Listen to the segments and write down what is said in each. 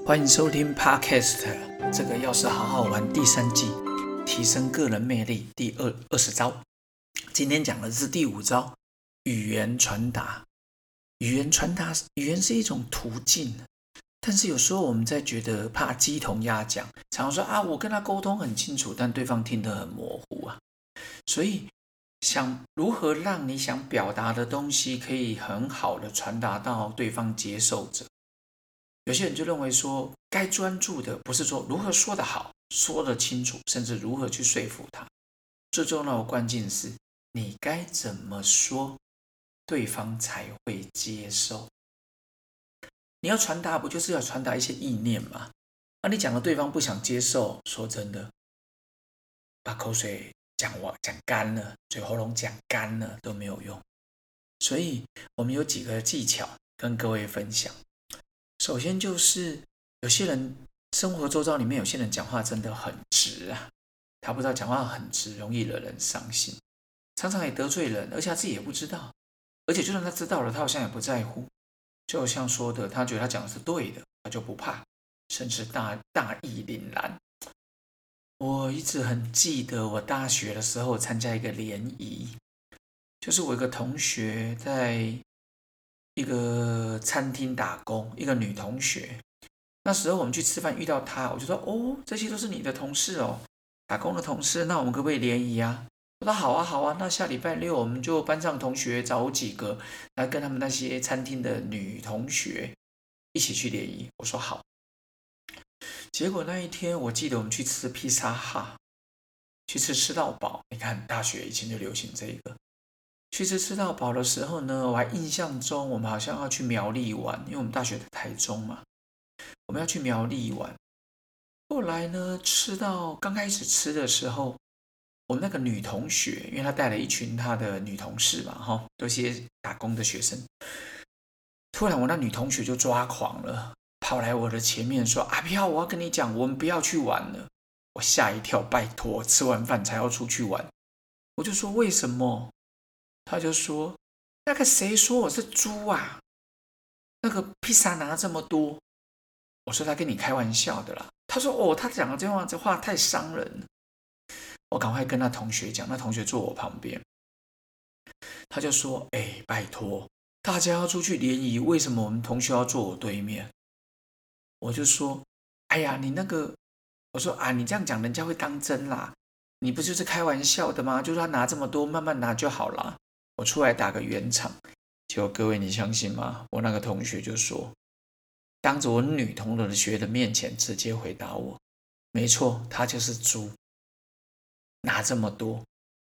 欢迎收听 Podcast， 这个要是好好玩第3季，提升个人魅力第20招。今天讲的是第5招，语言传达。语言是一种途径，但是有时候我们在觉得怕鸡同鸭讲，常常说啊，我跟他沟通很清楚，但对方听得很模糊啊。所以想如何让你想表达的东西可以很好的传达到对方接受者。有些人就认为说，该专注的不是说如何说得好、说得清楚，甚至如何去说服他。最重要的关键是，你该怎么说，对方才会接受。你要传达，不就是要传达一些意念吗？你讲了对方不想接受，说真的，把口水讲干了，嘴喉咙讲干了都没有用。所以我们有几个技巧跟各位分享。首先就是有些人生活周遭里面有些人讲话真的很直啊，他不知道讲话很直容易惹人伤心，常常也得罪人，而且他自己也不知道，而且就算他知道了，他好像也不在乎。就像说的，他觉得他讲的是对的，他就不怕，甚至大义凛然。我一直很记得我大学的时候参加一个联谊，就是我一个同学在一个餐厅打工，一个女同学。那时候我们去吃饭遇到她，我就说哦，这些都是你的同事哦，打工的同事，那我们可不可以联谊啊？我说好啊好啊，那下礼拜六我们就班上同学找几个来跟他们那些餐厅的女同学一起去联谊。我说好。结果那一天我记得我们去吃披萨哈，去吃到饱。你看大学以前就流行这个。去吃到饱的时候呢，我还印象中我们好像要去苗栗玩，因为我们大学在台中嘛，我们要去苗栗玩。后来呢，刚开始吃的时候，我那个女同学，因为她带了一群她的女同事嘛，都是些打工的学生。突然我那女同学就抓狂了，跑来我的前面说：“阿飘，我要跟你讲，我们不要去玩了。”我吓一跳，拜托，吃完饭才要出去玩。我就说为什么？他就说那个谁说我是猪啊？那个披萨拿这么多。我说他跟你开玩笑的啦。他说哦，他讲的这话太伤人了。我赶快跟他同学讲，那同学坐我旁边，他就说拜托，大家要出去联谊，为什么我们同学要坐我对面？我就说哎呀，我说啊，你这样讲人家会当真啦，你不就是开玩笑的吗？就是他拿这么多，慢慢拿就好啦。我出来打个圆场。结果各位你相信吗？我那个同学就说，当着我女同学的面前直接回答我，没错，他就是猪，拿这么多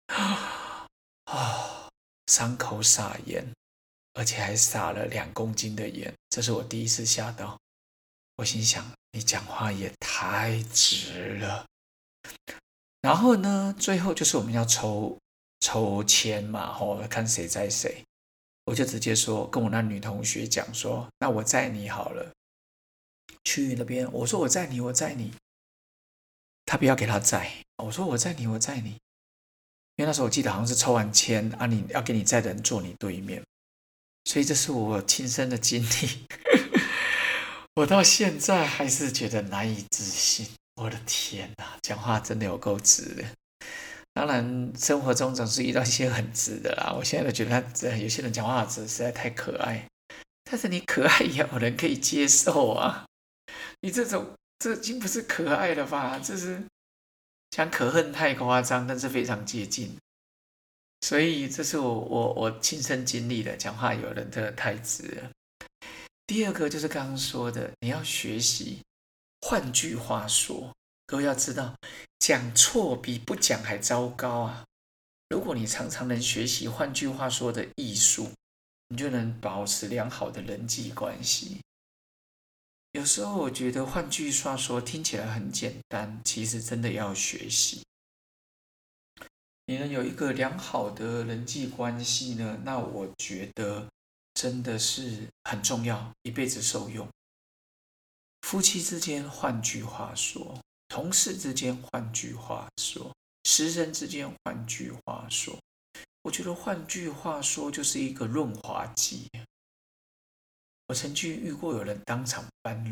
伤口撒盐，而且还撒了2公斤的盐，这是我第一次吓到。我心想，你讲话也太直了。然后呢，最后就是我们要抽签嘛，看谁载谁。我就直接说，跟我那女同学讲说，那我载你好了。去那边，我说我载你。他不要给他载，我说我载你。因为那时候我记得好像是抽完签啊，你要给你载的人坐你对面，所以这是我亲身的经历。我到现在还是觉得难以置信。我的天哪，讲话真的有够直的。当然，生活中总是遇到一些很直的啦。我现在都觉得有些人讲话直实在太可爱，但是你可爱也有人可以接受啊。你这已经不是可爱了吧？这是讲可恨太夸张，但是非常接近。所以这是我亲身经历的，讲话有人真的太直了。第二个就是刚刚说的，你要学习换句话说。各位要知道，讲错比不讲还糟糕啊。如果你常常能学习换句话说的艺术，你就能保持良好的人际关系。有时候我觉得换句话说听起来很简单，其实真的要学习。你能有一个良好的人际关系呢，那我觉得真的是很重要，一辈子受用。夫妻之间换句话说，同事之间换句话说，食人之间换句话说，我觉得换句话说就是一个润滑剂。我曾经遇过有人当场翻脸的，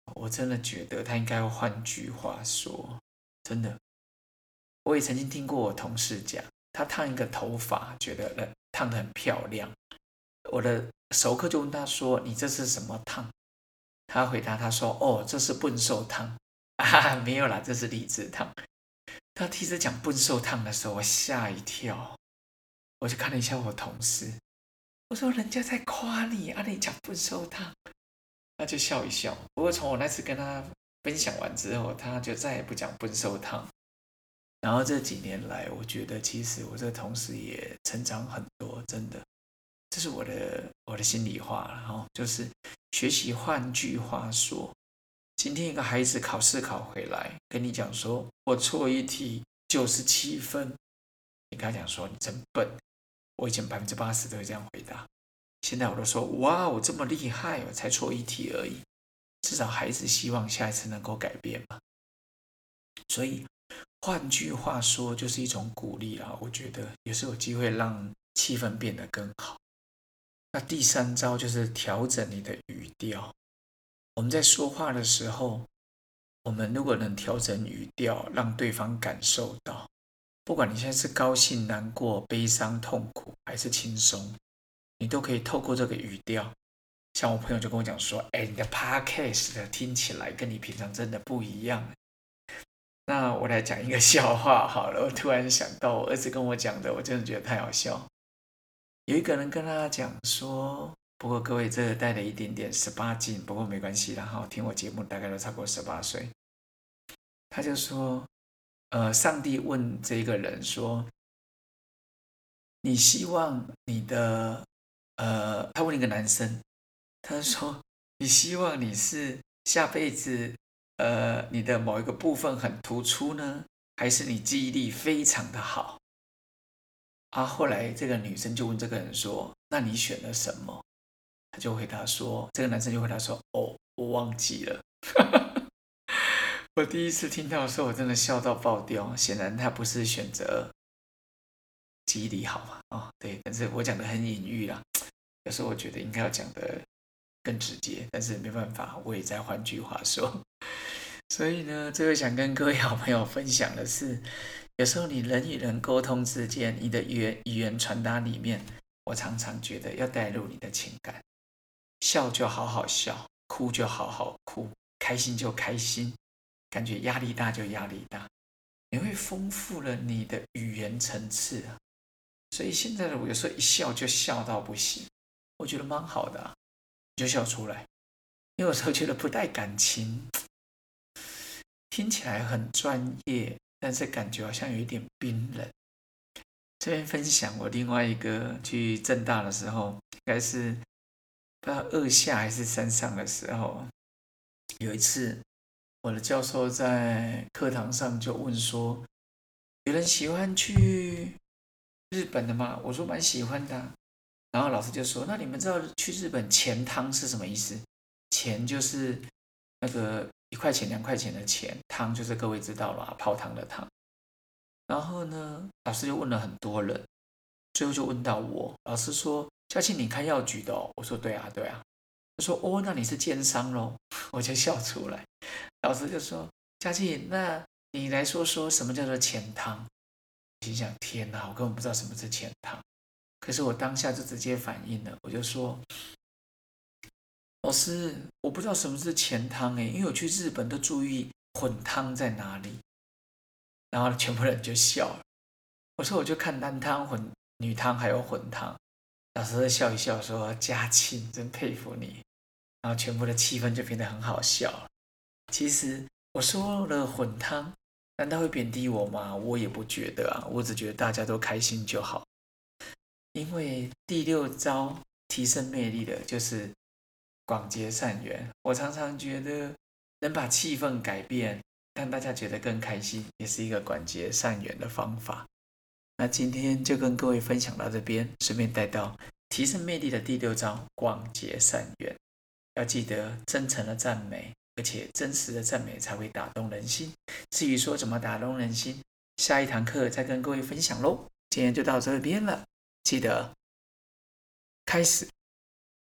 我真的觉得他应该要换句话说，真的。我也曾经听过我同事讲，他烫一个头发，觉得烫得很漂亮。我的熟客就问他说：“你这是什么烫？”他回答他说：“哦，这是笨兽烫。”啊，没有啦，这是离子烫。他第一次讲笨兽烫的时候，我吓一跳，我就看了一下我同事，我说：“人家在夸你啊，你讲笨兽烫。”他就笑一笑。不过从我那次跟他分享完之后，他就再也不讲笨兽烫。然后这几年来，我觉得其实我这个同事也成长很多，真的，这是我的心里话了哈，就是学习。换句话说，今天一个孩子考试考回来，跟你讲说我错一题97分，你跟他讲说你真笨。我以前80%都会这样回答，现在我都说哇，我这么厉害，我才错一题而已。至少孩子希望下一次能够改变嘛。所以换句话说，就是一种鼓励啦。我觉得也是有机会让气氛变得更好。那第3招就是调整你的语调。我们在说话的时候，我们如果能调整语调，让对方感受到，不管你现在是高兴、难过、悲伤、痛苦还是轻松，你都可以透过这个语调。像我朋友就跟我讲说：“哎，你的 podcast 听起来跟你平常真的不一样。”那我来讲一个笑话好了，我突然想到我儿子跟我讲的，我真的觉得太好笑。有一个人跟他讲说，不过各位这个带了一点点18禁，不过没关系啦，哈，听我节目大概都超过18岁。他就说，上帝问这个人说，你希望你的，他问一个男生，他说，你希望你是下辈子，你的某一个部分很突出呢，还是你记忆力非常的好？啊，后来这个女生就问这个人说，那你选了什么？他就回答说，这个男生就回答说，哦，我忘记了。我第一次听到的时候，我真的笑到爆掉。显然他不是选择记忆力好嘛？哦，对，但是我讲的很隐喻啦。有时候我觉得应该要讲的更直接，但是没办法，我也在换句话说。所以呢，最后想跟各位好朋友分享的是，有时候你人与人沟通之间，你的语言传达里面，我常常觉得要带入你的情感。笑就好好笑，哭就好好哭，开心就开心，感觉压力大就压力大，你会丰富了你的语言层次啊。所以现在的我有时候一笑就笑到不行，我觉得蛮好的啊，就笑出来。因为有时候觉得不带感情，听起来很专业，但是感觉好像有一点冰冷。这边分享我另外一个去政大的时候，应该是不知道2下还是3上的时候，有一次我的教授在课堂上就问说，有人喜欢去日本的吗？我说蛮喜欢的啊。然后老师就说，那你们知道去日本钱汤是什么意思？钱就是那个1块钱2块钱的钱，汤就是各位知道了，泡汤的汤。然后呢，老师就问了很多人，最后就问到我。老师说：“嘉庆，你开药局的哦？”我说：“对啊，对啊。”他说：“哦，那你是奸商咯。”我就笑出来。老师就说：“嘉庆，那你来说说什么叫做钱汤？”我心想：天哪，我根本不知道什么是钱汤。可是我当下就直接反应了，我就说：“老师，我不知道什么是钱汤因为我去日本都注意混汤在哪里。”然后全部人就笑了。我说：“我就看男汤、女汤还有混汤。”老师笑一笑说：“嘉庆，真佩服你。”然后全部的气氛就变得很好笑了。其实我说了混汤，难道会贬低我吗？我也不觉得啊，我只觉得大家都开心就好。因为第6招提升魅力的就是广结善缘。我常常觉得能把气氛改变，让大家觉得更开心，也是一个广结善缘的方法。那今天就跟各位分享到这边，顺便带到提升魅力的第6招广结善缘。要记得真诚的赞美，而且真实的赞美才会打动人心。至于说怎么打动人心，下一堂课再跟各位分享咯。今天就到这边了，记得开始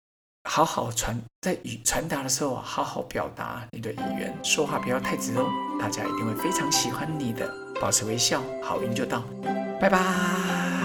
好好在传达的时候好好表达你的语言，说话不要太直哦，大家一定会非常喜欢你的。保持微笑，好运就到，拜拜。